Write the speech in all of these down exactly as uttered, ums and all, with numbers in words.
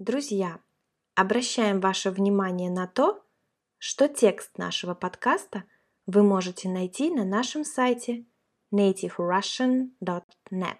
Друзья, обращаем ваше внимание на то, что текст нашего подкаста вы можете найти на нашем сайте native russian dot net.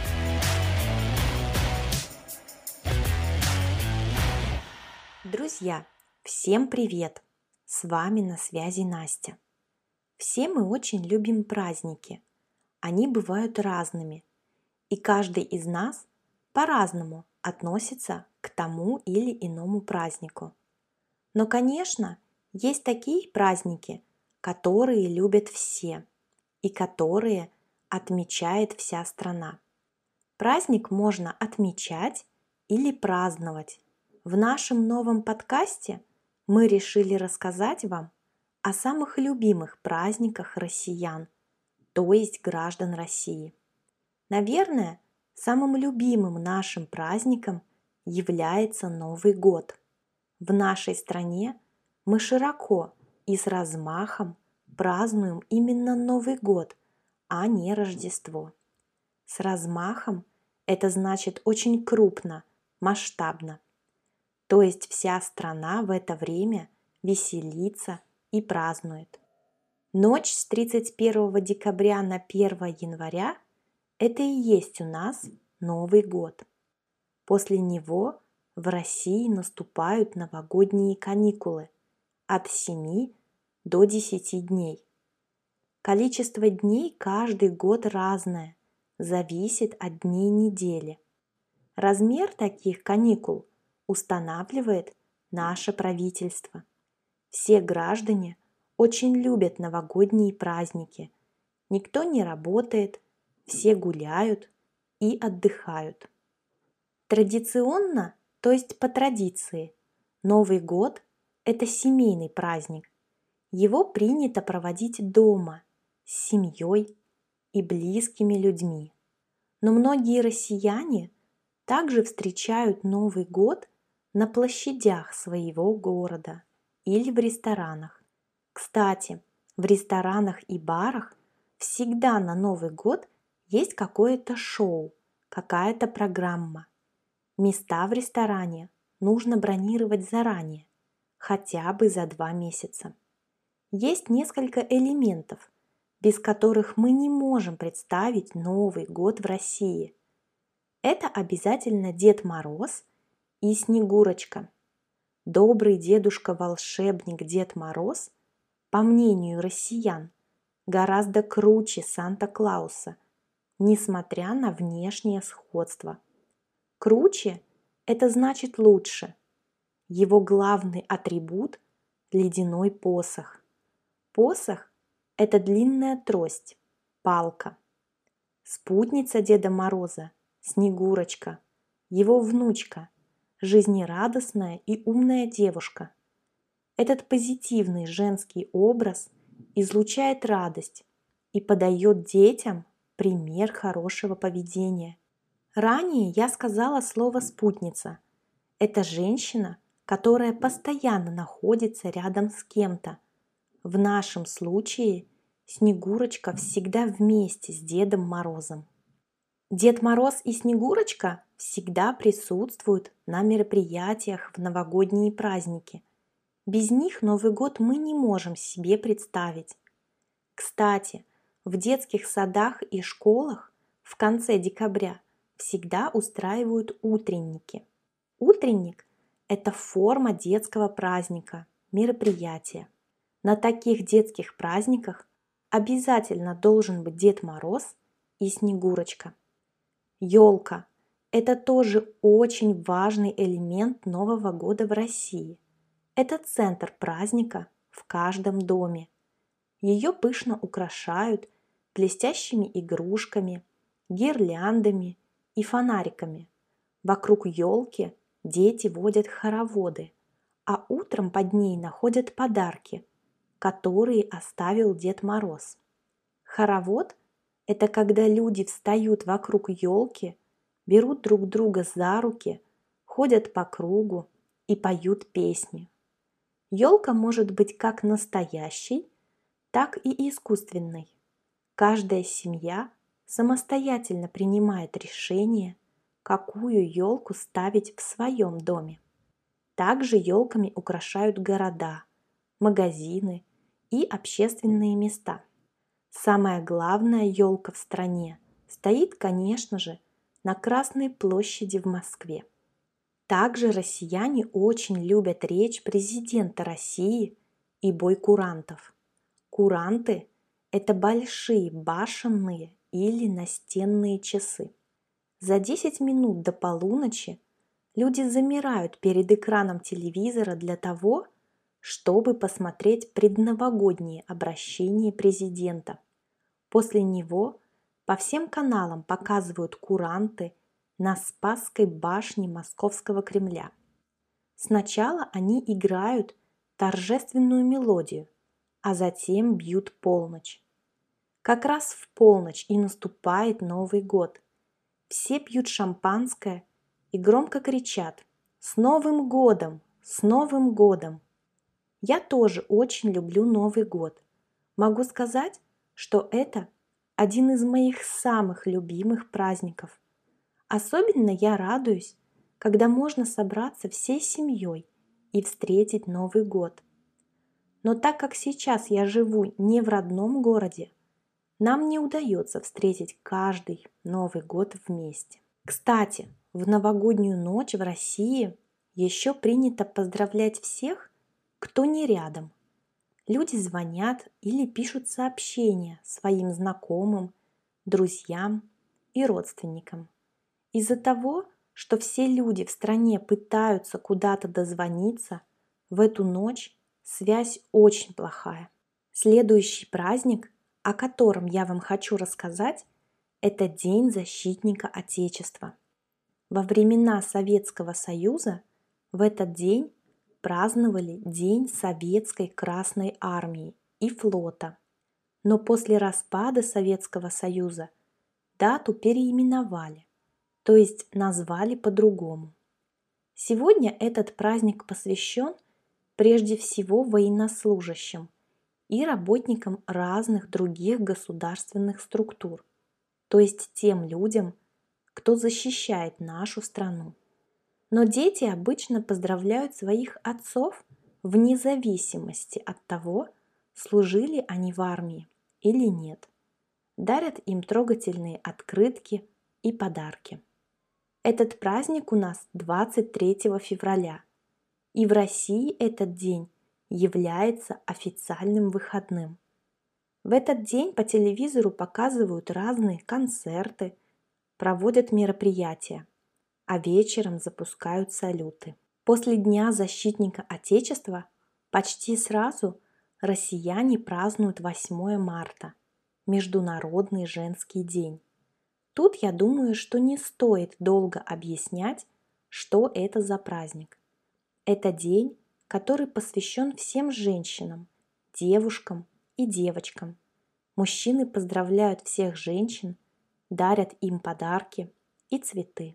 Друзья, всем привет! С вами на связи Настя. Все мы очень любим праздники. Они бывают разными, и каждый из нас по-разному относится к тому или иному празднику. Но, конечно, есть такие праздники, которые любят все и которые отмечает вся страна. Праздник можно отмечать или праздновать. В нашем новом подкасте мы решили рассказать вам о самых любимых праздниках россиян, то есть граждан России. Наверное, самым любимым нашим праздником является Новый год. В нашей стране мы широко и с размахом празднуем именно Новый год, а не Рождество. С размахом это значит очень крупно, масштабно. То есть вся страна в это время веселится и празднует. Ночь с тридцать первого декабря на первое января – это и есть у нас Новый год. После него в России наступают новогодние каникулы от семи до десяти дней. Количество дней каждый год разное, зависит от дней недели. Размер таких каникул устанавливает наше правительство. Все граждане очень любят новогодние праздники. Никто не работает, все гуляют и отдыхают. Традиционно, то есть по традиции, Новый год – это семейный праздник. Его принято проводить дома, с семьей и близкими людьми. Но многие россияне также встречают Новый год на площадях своего города или в ресторанах. Кстати, в ресторанах и барах всегда на Новый год есть какое-то шоу, какая-то программа. Места в ресторане нужно бронировать заранее, хотя бы за два месяца. Есть несколько элементов, без которых мы не можем представить Новый год в России. Это обязательно Дед Мороз и Снегурочка. Добрый дедушка-волшебник Дед Мороз, по мнению россиян, гораздо круче Санта-Клауса, несмотря на внешнее сходство. Круче – это значит лучше. Его главный атрибут – ледяной посох. Посох – это длинная трость, палка. Спутница Деда Мороза – Снегурочка, его внучка, жизнерадостная и умная девушка. Этот позитивный женский образ излучает радость и подает детям пример хорошего поведения. Ранее я сказала слово «спутница». Это женщина, которая постоянно находится рядом с кем-то. В нашем случае Снегурочка всегда вместе с Дедом Морозом. Дед Мороз и Снегурочка всегда присутствуют на мероприятиях в новогодние праздники. Без них Новый год мы не можем себе представить. Кстати, в детских садах и школах в конце декабря всегда устраивают утренники. Утренник – это форма детского праздника, мероприятия. На таких детских праздниках обязательно должен быть Дед Мороз и Снегурочка. Ёлка – это тоже очень важный элемент Нового года в России. Это центр праздника в каждом доме. Ее пышно украшают блестящими игрушками, гирляндами и фонариками. Вокруг елки дети водят хороводы, а утром под ней находят подарки, которые оставил Дед Мороз. Хоровод – это когда люди встают вокруг елки, берут друг друга за руки, ходят по кругу и поют песни. Елка может быть как настоящей, так и искусственной. Каждая семья самостоятельно принимает решение, какую елку ставить в своем доме. Также елками украшают города, магазины и общественные места. Самая главная елка в стране стоит, конечно же, на Красной площади в Москве. Также россияне очень любят речь президента России и бой курантов. Куранты – это большие башенные или настенные часы. За десять минут до полуночи люди замирают перед экраном телевизора для того, чтобы посмотреть предновогоднее обращение президента. После него по всем каналам показывают куранты на Спасской башне Московского Кремля. Сначала они играют торжественную мелодию, а затем бьют полночь. Как раз в полночь и наступает Новый год. Все пьют шампанское и громко кричат: «С Новым годом! С Новым годом!» Я тоже очень люблю Новый год. Могу сказать, что это один из моих самых любимых праздников. Особенно я радуюсь, когда можно собраться всей семьей и встретить Новый год. Но так как сейчас я живу не в родном городе, нам не удается встретить каждый Новый год вместе. Кстати, в новогоднюю ночь в России еще принято поздравлять всех, кто не рядом. Люди звонят или пишут сообщения своим знакомым, друзьям и родственникам. Из-за того, что все люди в стране пытаются куда-то дозвониться, в эту ночь связь очень плохая. Следующий праздник, о котором я вам хочу рассказать, это День защитника Отечества. Во времена Советского Союза в этот день праздновали День Советской Красной Армии и флота. Но после распада Советского Союза дату переименовали, то есть назвали по-другому. Сегодня этот праздник посвящен прежде всего военнослужащим и работникам разных других государственных структур, то есть тем людям, кто защищает нашу страну. Но дети обычно поздравляют своих отцов вне зависимости от того, служили они в армии или нет. Дарят им трогательные открытки и подарки. Этот праздник у нас двадцать третьего февраля, и в России этот день является официальным выходным. В этот день по телевизору показывают разные концерты, проводят мероприятия, а вечером запускают салюты. После Дня защитника Отечества почти сразу россияне празднуют восьмое марта, Международный женский день. Тут я думаю, что не стоит долго объяснять, что это за праздник. Это день, который посвящен всем женщинам, девушкам и девочкам. Мужчины поздравляют всех женщин, дарят им подарки и цветы.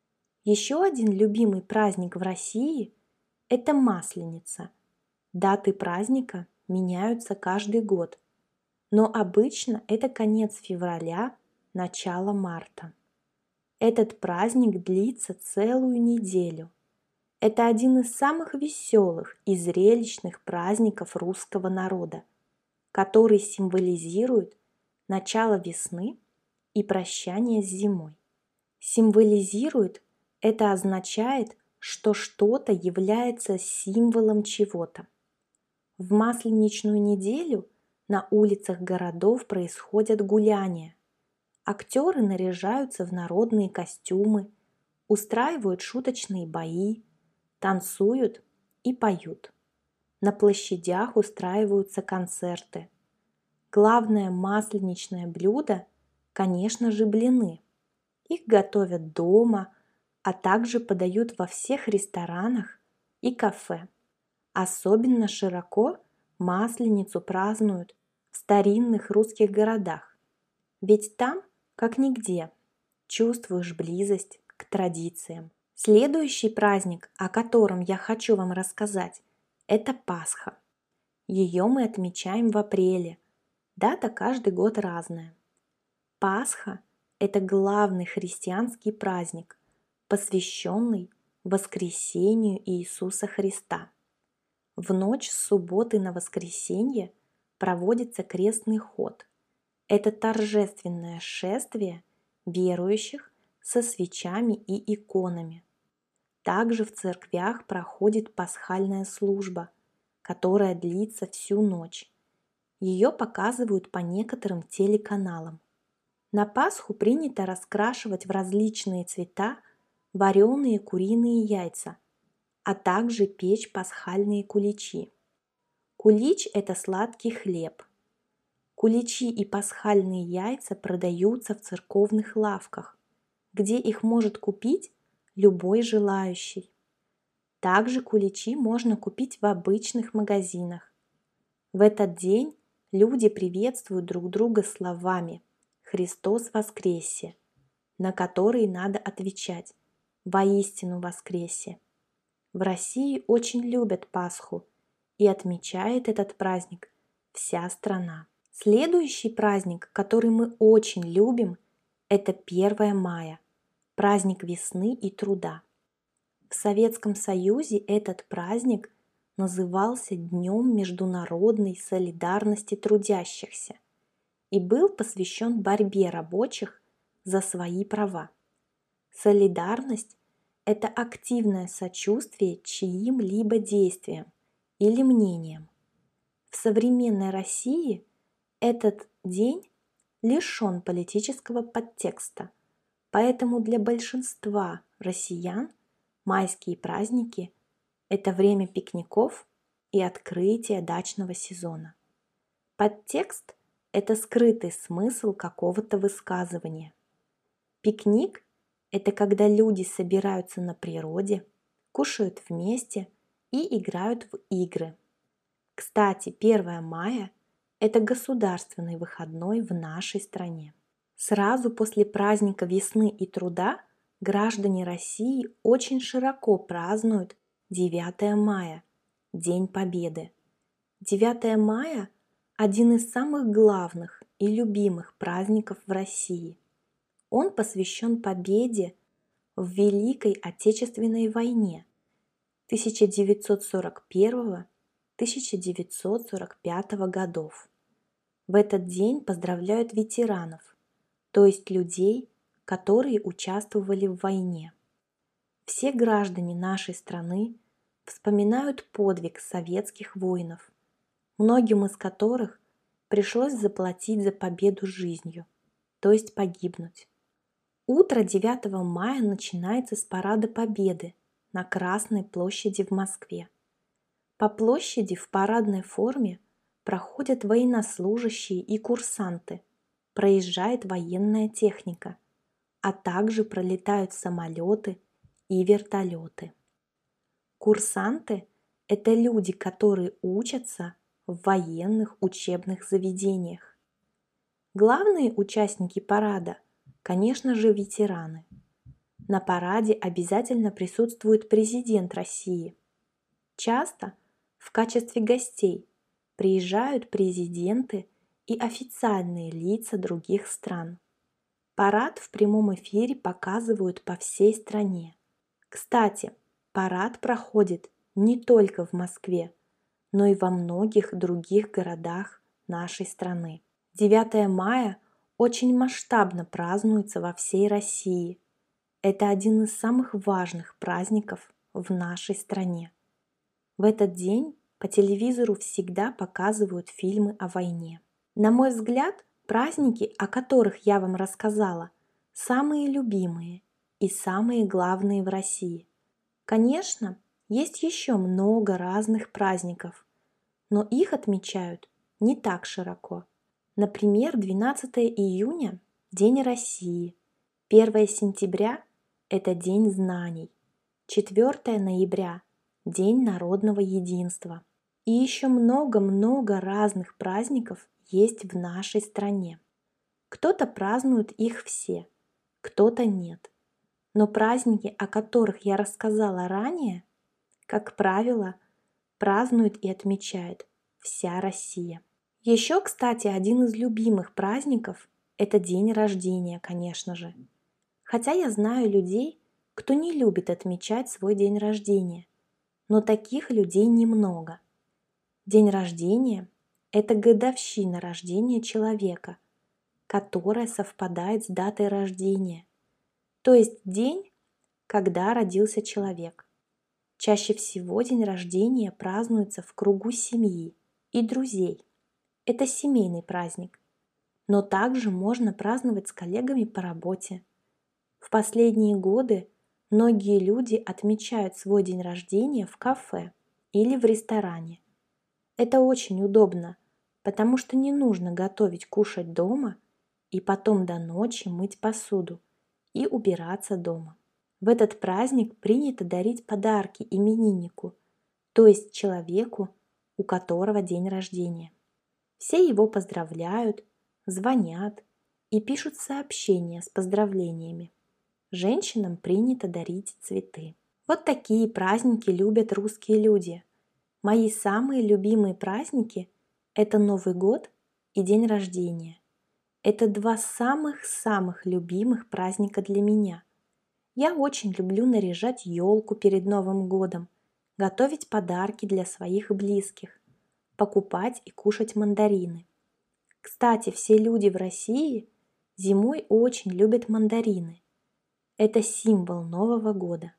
Еще один любимый праздник в России – это Масленица. Даты праздника меняются каждый год, но обычно это конец февраля, начало марта. Этот праздник длится целую неделю. Это один из самых веселых и зрелищных праздников русского народа, который символизирует начало весны и прощание с зимой. Символизирует – это означает, что что-то является символом чего-то. В Масленичную неделю на улицах городов происходят гуляния. Актеры наряжаются в народные костюмы, устраивают шуточные бои, танцуют и поют. На площадях устраиваются концерты. Главное масленичное блюдо, конечно же, блины. Их готовят дома, а также подают во всех ресторанах и кафе. Особенно широко Масленицу празднуют в старинных русских городах, ведь там, как нигде, чувствуешь близость к традициям. Следующий праздник, о котором я хочу вам рассказать, это Пасха. Ее мы отмечаем в апреле. Дата каждый год разная. Пасха – это главный христианский праздник, посвященный воскресению Иисуса Христа. В ночь с субботы на воскресенье проводится крестный ход. Это торжественное шествие верующих со свечами и иконами. Также в церквях проходит пасхальная служба, которая длится всю ночь. Ее показывают по некоторым телеканалам. На Пасху принято раскрашивать в различные цвета вареные куриные яйца, а также печь пасхальные куличи. Кулич – это сладкий хлеб. Куличи и пасхальные яйца продаются в церковных лавках, где их может купить любой желающий. Также куличи можно купить в обычных магазинах. В этот день люди приветствуют друг друга словами «Христос воскресе», на которые надо отвечать «Воистину воскресе». В России очень любят Пасху и отмечает этот праздник вся страна. Следующий праздник, который мы очень любим, это первое мая, праздник весны и труда. В Советском Союзе этот праздник назывался Днем международной солидарности трудящихся и был посвящен борьбе рабочих за свои права. Солидарность – это активное сочувствие чьим-либо действиям или мнениям. В современной России этот день лишен политического подтекста, поэтому для большинства россиян майские праздники – это время пикников и открытия дачного сезона. Подтекст – это скрытый смысл какого-то высказывания. Пикник – это когда люди собираются на природе, кушают вместе и играют в игры. Кстати, первое мая – это государственный выходной в нашей стране. Сразу после праздника весны и труда граждане России очень широко празднуют девятое мая, День Победы. девятое мая – один из самых главных и любимых праздников в России. Он посвящен победе в Великой Отечественной войне тысяча девятьсот сорок первого — тысяча девятьсот сорок пятого годов. В этот день поздравляют ветеранов, то есть людей, которые участвовали в войне. Все граждане нашей страны вспоминают подвиг советских воинов, многим из которых пришлось заплатить за победу жизнью, то есть погибнуть. Утро девятого мая начинается с парада Победы на Красной площади в Москве. По площади в парадной форме проходят военнослужащие и курсанты, проезжает военная техника, а также пролетают самолеты и вертолеты. Курсанты – это люди, которые учатся в военных учебных заведениях. Главные участники парада, конечно же, ветераны. На параде обязательно присутствует президент России. Часто в качестве гостей приезжают президенты и официальные лица других стран. Парад в прямом эфире показывают по всей стране. Кстати, парад проходит не только в Москве, но и во многих других городах нашей страны. девятое мая очень масштабно празднуется во всей России. Это один из самых важных праздников в нашей стране. В этот день по телевизору всегда показывают фильмы о войне. На мой взгляд, праздники, о которых я вам рассказала, самые любимые и самые главные в России. Конечно, есть еще много разных праздников, но их отмечают не так широко. Например, двенадцатое июня – День России, первое сентября – это День знаний, четвёртое ноября – День народного единства. И еще много-много разных праздников есть в нашей стране. Кто-то празднует их все, кто-то нет. Но праздники, о которых я рассказала ранее, как правило, празднует и отмечает вся Россия. Еще, кстати, один из любимых праздников – это день рождения, конечно же. Хотя я знаю людей, кто не любит отмечать свой день рождения, но таких людей немного. День рождения – это годовщина рождения человека, которая совпадает с датой рождения, то есть день, когда родился человек. Чаще всего день рождения празднуется в кругу семьи и друзей. Это семейный праздник, но также можно праздновать с коллегами по работе. В последние годы многие люди отмечают свой день рождения в кафе или в ресторане. Это очень удобно, потому что не нужно готовить кушать дома и потом до ночи мыть посуду и убираться дома. В этот праздник принято дарить подарки имениннику, то есть человеку, у которого день рождения. Все его поздравляют, звонят и пишут сообщения с поздравлениями. Женщинам принято дарить цветы. Вот такие праздники любят русские люди. Мои самые любимые праздники – это Новый год и день рождения. Это два самых-самых любимых праздника для меня. Я очень люблю наряжать елку перед Новым годом, готовить подарки для своих близких, покупать и кушать мандарины. Кстати, все люди в России зимой очень любят мандарины. Это символ Нового года.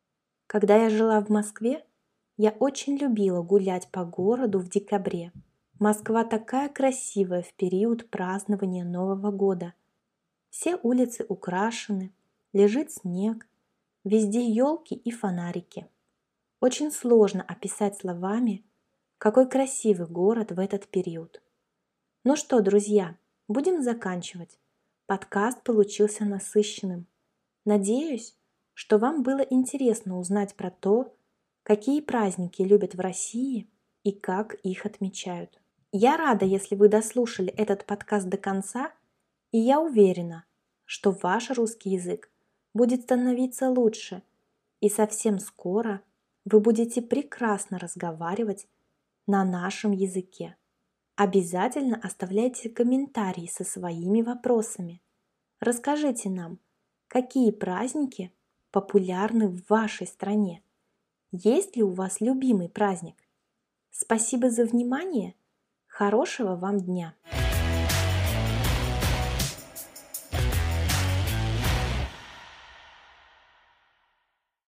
Когда я жила в Москве, я очень любила гулять по городу в декабре. Москва такая красивая в период празднования Нового года. Все улицы украшены, лежит снег, везде елки и фонарики. Очень сложно описать словами, какой красивый город в этот период. Ну что, друзья, будем заканчивать. Подкаст получился насыщенным. Надеюсь, что вам было интересно узнать про то, какие праздники любят в России и как их отмечают. Я рада, если вы дослушали этот подкаст до конца, и я уверена, что ваш русский язык будет становиться лучше, и совсем скоро вы будете прекрасно разговаривать на нашем языке. Обязательно оставляйте комментарии со своими вопросами. Расскажите нам, какие праздники популярны в вашей стране. Есть ли у вас любимый праздник? Спасибо за внимание. Хорошего вам дня!